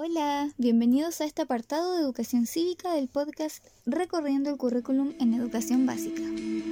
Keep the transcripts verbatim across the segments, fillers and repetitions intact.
Hola, bienvenidos a este apartado de Educación Cívica del podcast Recorriendo el Currículum en Educación Básica.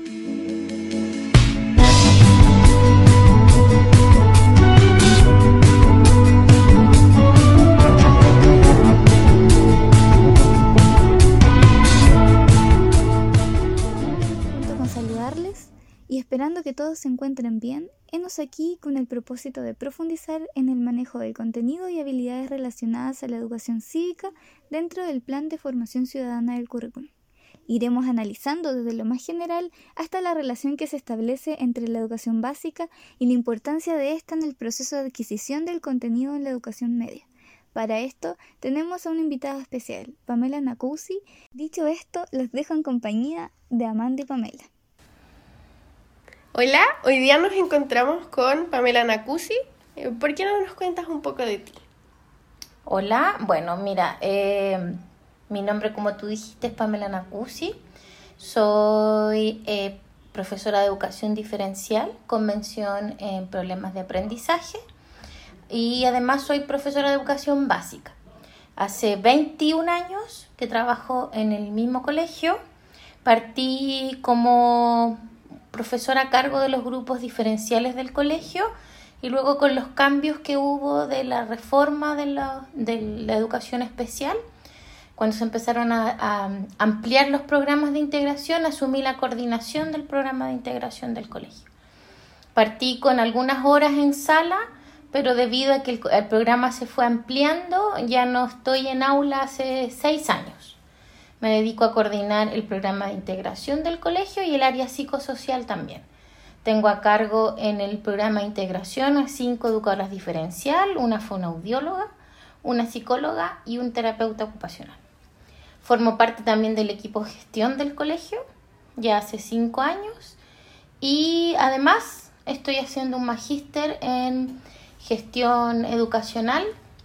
Junto con saludarles y esperando que todos se encuentren bien, henos aquí con el propósito de profundizar en el manejo del contenido y habilidades relacionadas a la educación cívica dentro del plan de formación ciudadana del currículum. Iremos analizando desde lo más general hasta la relación que se establece entre la educación básica y la importancia de esta en el proceso de adquisición del contenido en la educación media. Para esto tenemos a una invitada especial, Pamela Nacousi. Dicho esto, los dejo en compañía de Amanda y Pamela. Hola, hoy día nos encontramos con Pamela Nacousi. ¿Por qué no nos cuentas un poco de ti? Hola, bueno, mira, eh, mi nombre, como tú dijiste, es Pamela Nacousi. Soy eh, profesora de educación diferencial con mención en problemas de aprendizaje y además soy profesora de educación básica. Hace veintiún años que trabajo en el mismo colegio. Partí como profesora a cargo de los grupos diferenciales del colegio y luego con los cambios que hubo de la reforma de la, de la educación especial, cuando se empezaron a, a ampliar los programas de integración, asumí la coordinación del programa de integración del colegio. Partí con algunas horas en sala, pero debido a que el, el programa se fue ampliando, ya no estoy en aula hace seis años. Me dedico a coordinar el programa de integración del colegio y el área psicosocial también. Tengo a cargo en el programa de integración a cinco educadoras diferencial, una fonoaudióloga, una psicóloga y un terapeuta ocupacional. Formo parte también del equipo de gestión del colegio ya hace cinco años y además estoy haciendo un magíster en gestión educacional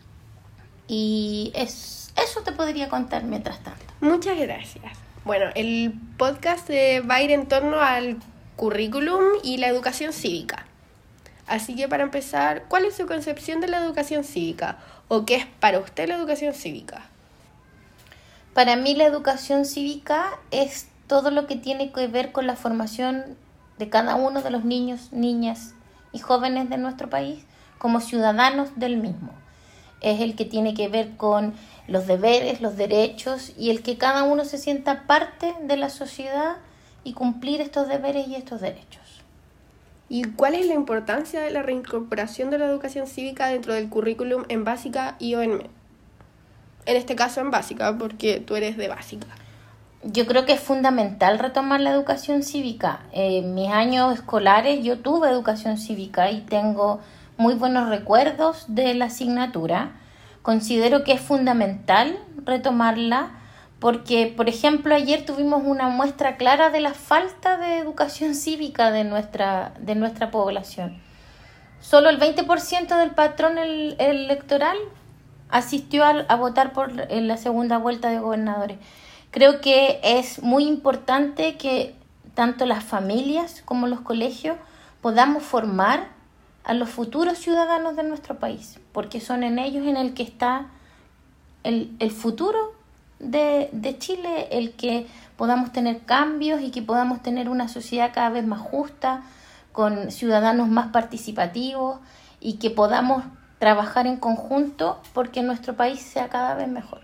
y es, eso te podría contar mientras tanto. Muchas gracias. Bueno, el podcast eh, va a ir en torno al currículum y la educación cívica. Así que para empezar, ¿cuál es su concepción de la educación cívica? ¿O qué es para usted la educación cívica? Para mí la educación cívica es todo lo que tiene que ver con la formación de cada uno de los niños, niñas y jóvenes de nuestro país como ciudadanos del mismo. Es el que tiene que ver con los deberes, los derechos y el que cada uno se sienta parte de la sociedad y cumplir estos deberes y estos derechos. ¿Y cuál es la importancia de la reincorporación de la educación cívica dentro del currículum en básica y o en media? En este caso en básica, porque tú eres de básica. Yo creo que es fundamental retomar la educación cívica. En mis años escolares yo tuve educación cívica y tengo muy buenos recuerdos de la asignatura. Considero que es fundamental retomarla porque, por ejemplo, ayer tuvimos una muestra clara de la falta de educación cívica de nuestra, de nuestra población. Solo el veinte por ciento del padrón el, el electoral asistió a, a votar por en la segunda vuelta de gobernadores. Creo que es muy importante que tanto las familias como los colegios podamos formar a los futuros ciudadanos de nuestro país, porque son en ellos en el que está el, el futuro de, de Chile, el que podamos tener cambios y que podamos tener una sociedad cada vez más justa, con ciudadanos más participativos y que podamos trabajar en conjunto porque nuestro país sea cada vez mejor.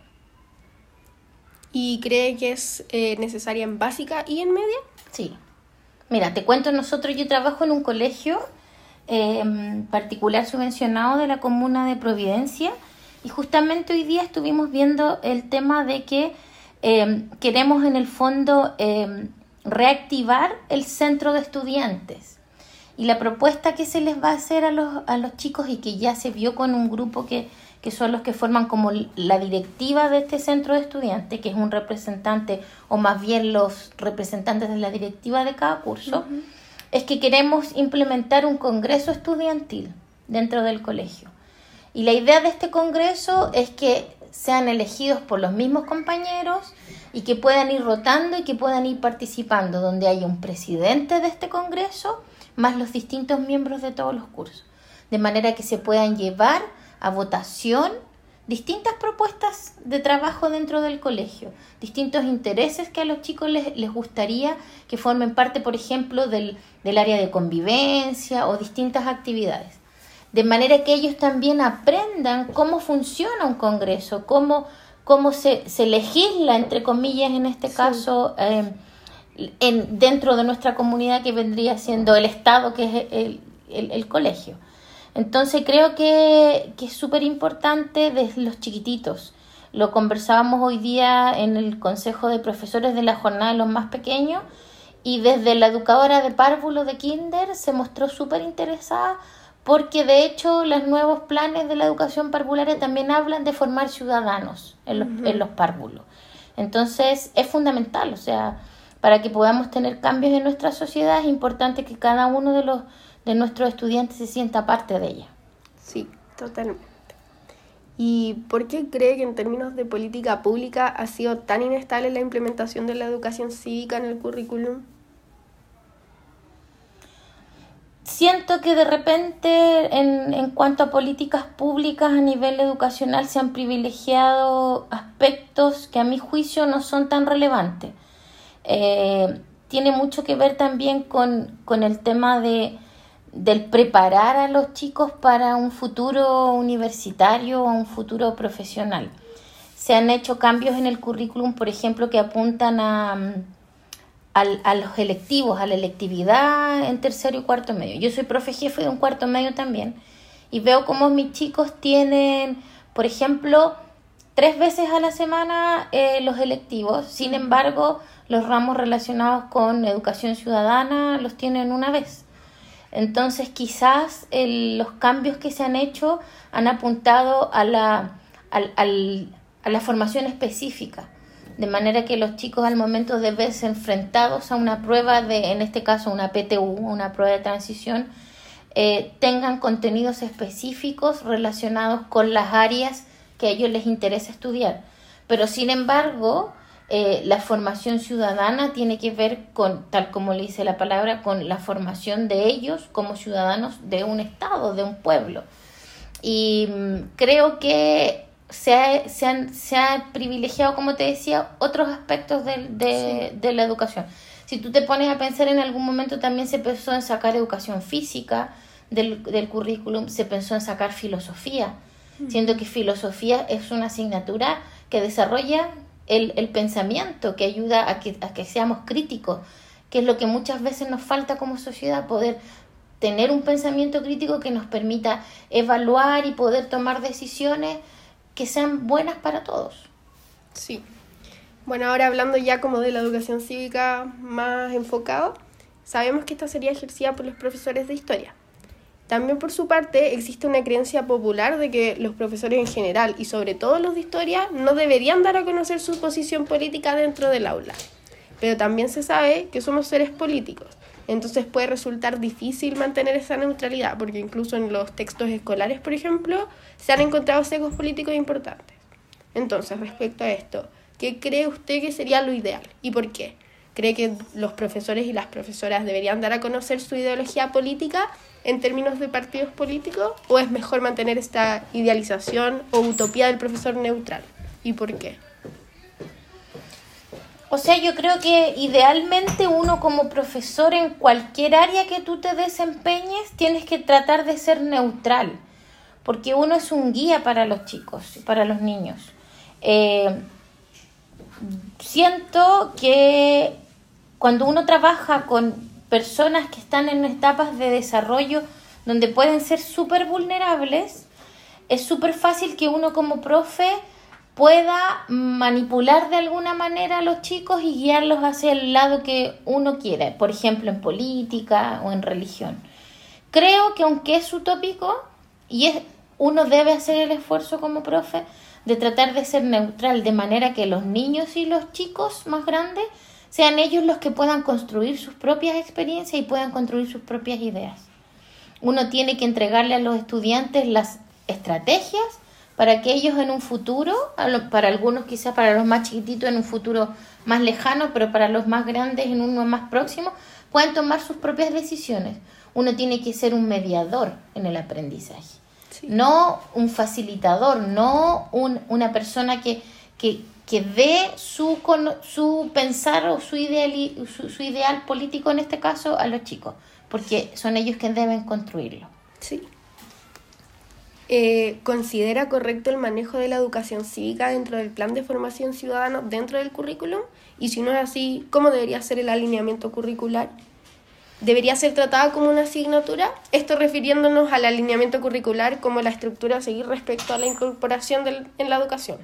¿Y cree que es eh, necesaria en básica y en media? Sí. Mira, te cuento, nosotros, yo trabajo en un colegio Eh, particular subvencionado de la comuna de Providencia y justamente hoy día estuvimos viendo el tema de que eh, queremos en el fondo eh, reactivar el centro de estudiantes y la propuesta que se les va a hacer a los, a los chicos y que ya se vio con un grupo que, que son los que forman como la directiva de este centro de estudiantes, que es un representante o más bien los representantes de la directiva de cada curso. Uh-huh. Es que queremos implementar un congreso estudiantil dentro del colegio. Y la idea de este congreso es que sean elegidos por los mismos compañeros y que puedan ir rotando y que puedan ir participando, donde haya un presidente de este congreso más los distintos miembros de todos los cursos. De manera que se puedan llevar a votación distintas propuestas de trabajo dentro del colegio, distintos intereses que a los chicos les, les gustaría que formen parte, por ejemplo, del, del área de convivencia o distintas actividades. De manera que ellos también aprendan cómo funciona un congreso, cómo, cómo se, se legisla, entre comillas, en este sí. caso, eh, en, dentro de nuestra comunidad, que vendría siendo el Estado, que es el, el, el colegio. Entonces creo que, que es súper importante desde los chiquititos. Lo conversábamos hoy día en el Consejo de Profesores de la Jornada de los Más Pequeños, y desde la educadora de párvulo de kinder se mostró súper interesada, porque de hecho los nuevos planes de la educación parvularia también hablan de formar ciudadanos en los, uh-huh. en los párvulos. Entonces es fundamental, o sea, para que podamos tener cambios en nuestra sociedad es importante que cada uno de los de nuestros estudiantes se sienta parte de ella. Sí, totalmente. ¿Y por qué cree que en términos de política pública ha sido tan inestable la implementación de la educación cívica en el currículum? Siento que de repente en, en cuanto a políticas públicas a nivel educacional se han privilegiado aspectos que a mi juicio no son tan relevantes. Eh, tiene mucho que ver también con, con el tema de del preparar a los chicos para un futuro universitario o un futuro profesional. Se han hecho cambios en el currículum, por ejemplo, que apuntan a, a, a los electivos, a la electividad en tercero y cuarto medio. Yo soy profe jefe de un cuarto medio también, y veo cómo mis chicos tienen, por ejemplo, tres veces a la semana eh, los electivos. Sin embargo, los ramos relacionados con educación ciudadana los tienen una vez. Entonces quizás el, los cambios que se han hecho han apuntado a la, al, al, a la formación específica, de manera que los chicos al momento de verse enfrentados a una prueba de, en este caso una P T U, una prueba de transición, eh, tengan contenidos específicos relacionados con las áreas que a ellos les interesa estudiar. Pero sin embargo, Eh, la formación ciudadana tiene que ver con, tal como le dice la palabra, con la formación de ellos como ciudadanos de un estado, de un pueblo. Y mmm, creo que se ha, se, han, se ha privilegiado, como te decía, otros aspectos de, de, sí. de la educación. Si tú te pones a pensar, en algún momento también se pensó en sacar educación física del, del currículum, se pensó en sacar filosofía, mm. siendo que filosofía es una asignatura que desarrolla El, el pensamiento, que ayuda a que, a que seamos críticos, que es lo que muchas veces nos falta como sociedad, poder tener un pensamiento crítico que nos permita evaluar y poder tomar decisiones que sean buenas para todos. Sí. Bueno, ahora hablando ya como de la educación cívica más enfocado, sabemos que esta sería ejercida por los profesores de historia. También por su parte existe una creencia popular de que los profesores en general y sobre todo los de historia no deberían dar a conocer su posición política dentro del aula. Pero también se sabe que somos seres políticos, entonces puede resultar difícil mantener esa neutralidad, porque incluso en los textos escolares, por ejemplo, se han encontrado sesgos políticos importantes. Entonces, respecto a esto, ¿qué cree usted que sería lo ideal y por qué? ¿Cree que los profesores y las profesoras deberían dar a conocer su ideología política en términos de partidos políticos, o es mejor mantener esta idealización o utopía del profesor neutral? ¿Y por qué? O sea, yo creo que idealmente uno como profesor en cualquier área que tú te desempeñes tienes que tratar de ser neutral, porque uno es un guía para los chicos, para los niños. Eh, siento que cuando uno trabaja con personas que están en etapas de desarrollo donde pueden ser súper vulnerables, es súper fácil que uno como profe pueda manipular de alguna manera a los chicos y guiarlos hacia el lado que uno quiera, por ejemplo en política o en religión. Creo que aunque es utópico, y es, uno debe hacer el esfuerzo como profe de tratar de ser neutral, de manera que los niños y los chicos más grandes sean ellos los que puedan construir sus propias experiencias y puedan construir sus propias ideas. Uno tiene que entregarle a los estudiantes las estrategias para que ellos en un futuro, para algunos quizás para los más chiquititos en un futuro más lejano, pero para los más grandes en uno más próximo, puedan tomar sus propias decisiones. Uno tiene que ser un mediador en el aprendizaje. Sí. No un facilitador, no un, una persona que, que, que dé su, su pensar o su ideal, su, su ideal político, en este caso, a los chicos, porque son ellos quienes deben construirlo. Sí. Eh, ¿Considera correcto el manejo de la educación cívica dentro del plan de formación ciudadana dentro del currículum? Y si no es así, ¿cómo debería ser el alineamiento curricular? ¿Debería ser tratada como una asignatura? Esto refiriéndonos al alineamiento curricular como la estructura a seguir respecto a la incorporación del, en la educación.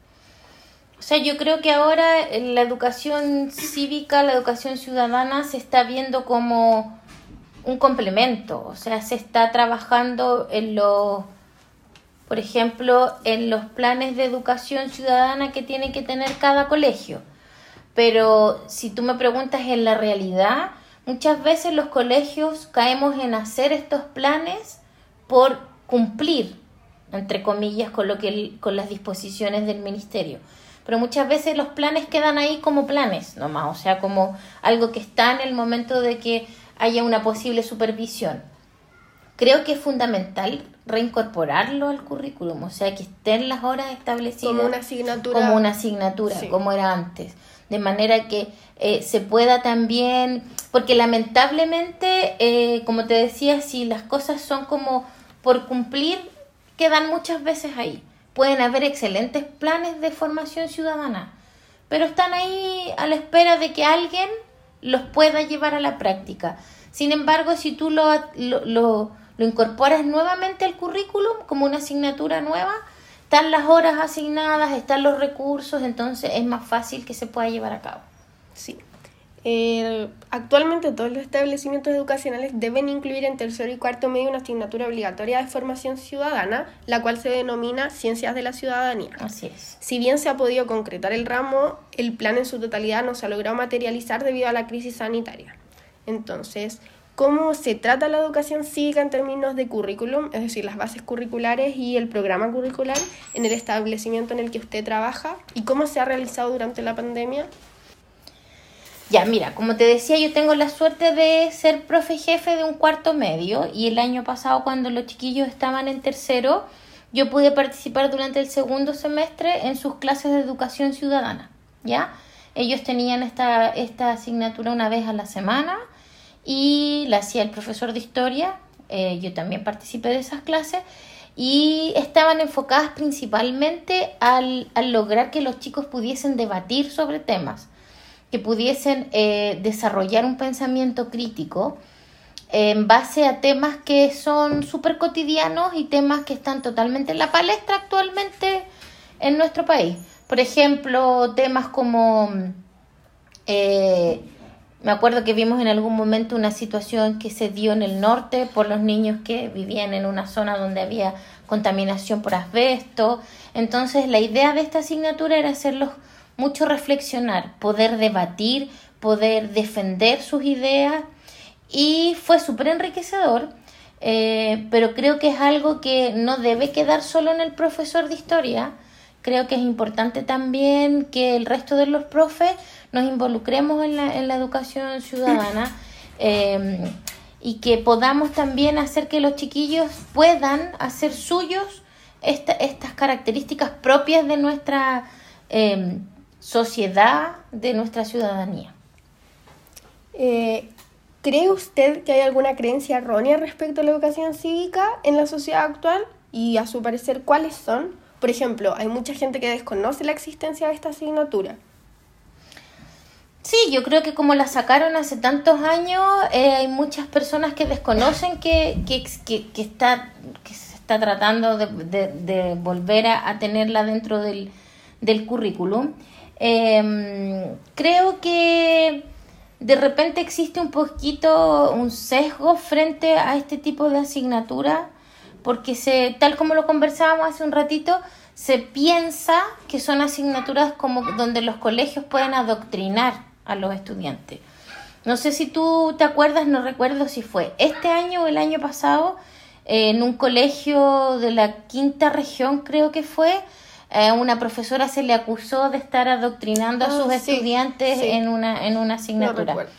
O sea, yo creo que ahora la educación cívica, la educación ciudadana se está viendo como un complemento. O sea, se está trabajando en los, por ejemplo, en los planes de educación ciudadana que tiene que tener cada colegio. Pero si tú me preguntas en la realidad, muchas veces los colegios caemos en hacer estos planes por cumplir, entre comillas, con lo que con las disposiciones del ministerio. Pero muchas veces los planes quedan ahí como planes nomás, o sea, como algo que está en el momento de que haya una posible supervisión. Creo que es fundamental reincorporarlo al currículum, o sea, que estén las horas establecidas como una asignatura, como una asignatura, sí, como era antes, de manera que eh, se pueda también, porque lamentablemente, eh, como te decía, si las cosas son como por cumplir, quedan muchas veces ahí. Pueden haber excelentes planes de formación ciudadana, pero están ahí a la espera de que alguien los pueda llevar a la práctica. Sin embargo, si tú lo, lo, lo, lo incorporas nuevamente al currículum como una asignatura nueva, están las horas asignadas, están los recursos, entonces es más fácil que se pueda llevar a cabo. Sí. Eh, actualmente todos los establecimientos educacionales deben incluir en tercero y cuarto medio una asignatura obligatoria de formación ciudadana, la cual se denomina Ciencias de la Ciudadanía. Así es. Si bien se ha podido concretar el ramo, el plan en su totalidad no se ha logrado materializar debido a la crisis sanitaria. Entonces, ¿cómo se trata la educación cívica en términos de currículum, es decir, las bases curriculares y el programa curricular en el establecimiento en el que usted trabaja? ¿Y cómo se ha realizado durante la pandemia? Ya, mira, como te decía, yo tengo la suerte de ser profe jefe de un cuarto medio y el año pasado, cuando los chiquillos estaban en tercero, yo pude participar durante el segundo semestre en sus clases de educación ciudadana, ¿ya? Ellos tenían esta, esta asignatura una vez a la semana y la hacía el profesor de historia, eh, yo también participé de esas clases y estaban enfocadas principalmente al, al lograr que los chicos pudiesen debatir sobre temas, que pudiesen eh, desarrollar un pensamiento crítico eh, en base a temas que son súper cotidianos y temas que están totalmente en la palestra actualmente en nuestro país. Por ejemplo, temas como, eh, me acuerdo que vimos en algún momento una situación que se dio en el norte por los niños que vivían en una zona donde había contaminación por asbesto. Entonces, la idea de esta asignatura era hacerlos mucho reflexionar, poder debatir, poder defender sus ideas y fue súper enriquecedor, eh, pero creo que es algo que no debe quedar solo en el profesor de historia. Creo que es importante también que el resto de los profes nos involucremos en la, en la educación ciudadana eh, y que podamos también hacer que los chiquillos puedan hacer suyos esta, estas características propias de nuestra eh, sociedad, de nuestra ciudadanía. Eh, ¿Cree usted que hay alguna creencia errónea respecto a la educación cívica en la sociedad actual? Y a su parecer, ¿cuáles son? Por ejemplo, hay mucha gente que desconoce la existencia de esta asignatura. Sí, yo creo que como la sacaron hace tantos años, eh, hay muchas personas que desconocen que, que, que, que, está, que se está tratando de, de, de volver a, a tenerla dentro del, del currículum. Eh, creo que de repente existe un poquito un sesgo frente a este tipo de asignatura, porque se, tal como lo conversábamos hace un ratito, se piensa que son asignaturas como donde los colegios pueden adoctrinar a los estudiantes. No sé si tú te acuerdas, no recuerdo si fue este año o el año pasado, eh, en un colegio de la quinta región creo que fue, eh, una profesora se le acusó de estar adoctrinando a sus oh, sí, estudiantes sí. en una en una asignatura. No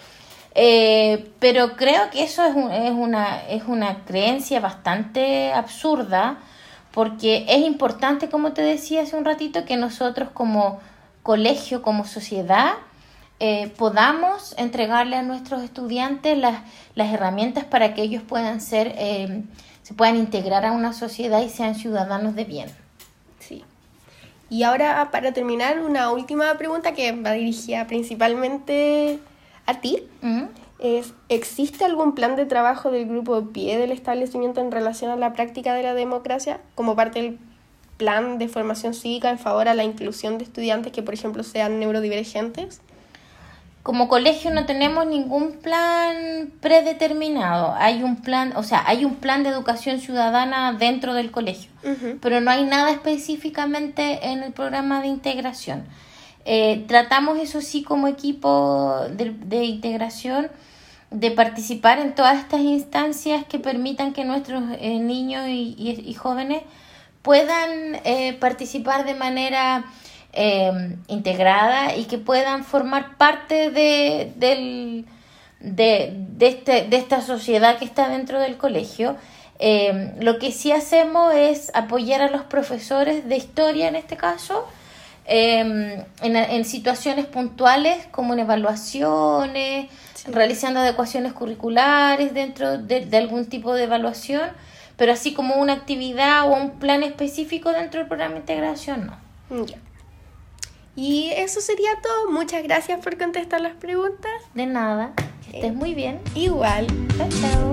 Eh, pero creo que eso es, un, es, una, es una creencia bastante absurda, porque es importante, como te decía hace un ratito, que nosotros como colegio, como sociedad, eh, podamos entregarle a nuestros estudiantes las, las herramientas para que ellos puedan ser, eh, se puedan integrar a una sociedad y sean ciudadanos de bien. Sí. Y ahora, para terminar, una última pregunta que va dirigida principalmente a ti. ¿Mm? Es, ¿existe algún plan de trabajo del grupo PIE del establecimiento en relación a la práctica de la democracia como parte del plan de formación cívica en favor a la inclusión de estudiantes que, por ejemplo, sean neurodivergentes? Como colegio no tenemos ningún plan predeterminado. Hay un plan, o sea, hay un plan de educación ciudadana dentro del colegio, uh-huh. pero no hay nada específicamente en el programa de integración. Eh, tratamos, eso sí, como equipo de, de integración, de participar en todas estas instancias que permitan que nuestros eh, niños y, y, y jóvenes puedan eh, participar de manera eh, integrada y que puedan formar parte de, del, de, de, este, de esta sociedad que está dentro del colegio. Eh, lo que sí hacemos es apoyar a los profesores de historia, en este caso, eh, en, en situaciones puntuales como en evaluaciones, sí. realizando adecuaciones curriculares dentro de, de algún tipo de evaluación, pero así como una actividad o un plan específico dentro del programa de integración, no. Ya. Y eso sería todo. Muchas gracias por contestar las preguntas. De nada. Que estés muy bien. Igual. Chao, chao.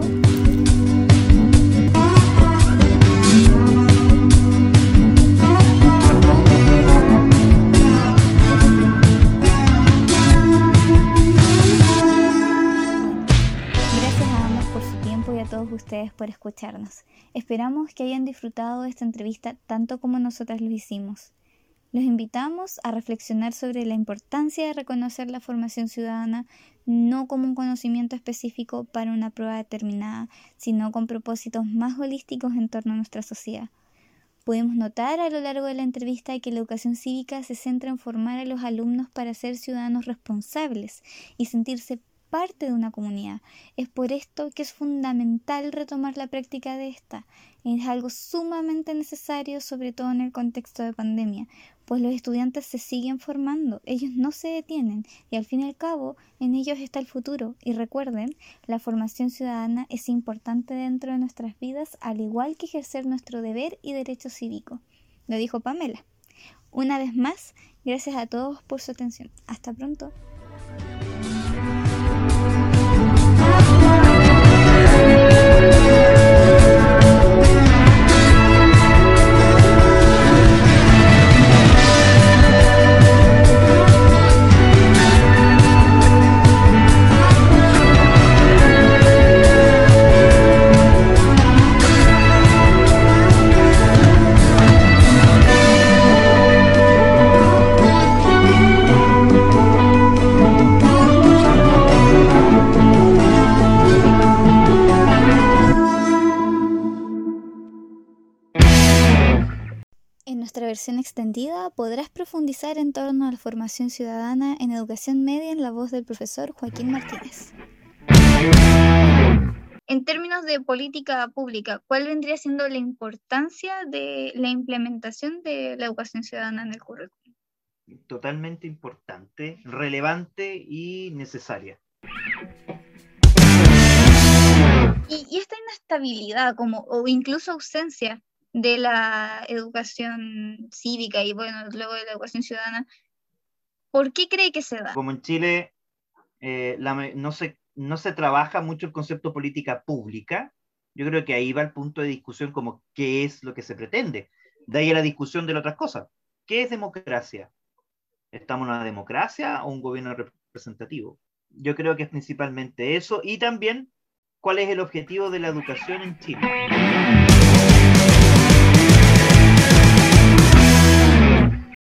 Todos ustedes por escucharnos. Esperamos que hayan disfrutado de esta entrevista tanto como nosotras lo hicimos. Los invitamos a reflexionar sobre la importancia de reconocer la formación ciudadana no como un conocimiento específico para una prueba determinada, sino con propósitos más holísticos en torno a nuestra sociedad. Podemos notar a lo largo de la entrevista que la educación cívica se centra en formar a los alumnos para ser ciudadanos responsables y sentirse parte de una comunidad. Es por esto que es fundamental retomar la práctica de esta. Es algo sumamente necesario, sobre todo en el contexto de pandemia, pues los estudiantes se siguen formando, ellos no se detienen y al fin y al cabo en ellos está el futuro. Y recuerden, la formación ciudadana es importante dentro de nuestras vidas, al igual que ejercer nuestro deber y derecho cívico. Lo dijo Pamela. Una vez más, gracias a todos por su atención. Hasta pronto. En nuestra versión extendida podrás profundizar en torno a la formación ciudadana en educación media en la voz del profesor Joaquín Martínez. En términos de política pública, ¿cuál vendría siendo la importancia de la implementación de la educación ciudadana en el currículum? Totalmente importante, relevante y necesaria. Y, y esta inestabilidad como, o incluso ausencia de la educación cívica y bueno, luego de la educación ciudadana, ¿por qué cree que se da? Como en Chile eh, la, no, se, no se trabaja mucho el concepto política pública, yo creo que ahí va el punto de discusión como qué es lo que se pretende. De ahí a la discusión de las otras cosas. ¿Qué es democracia? ¿Estamos en una democracia o un gobierno representativo? Yo creo que es principalmente eso, y también cuál es el objetivo de la educación en Chile.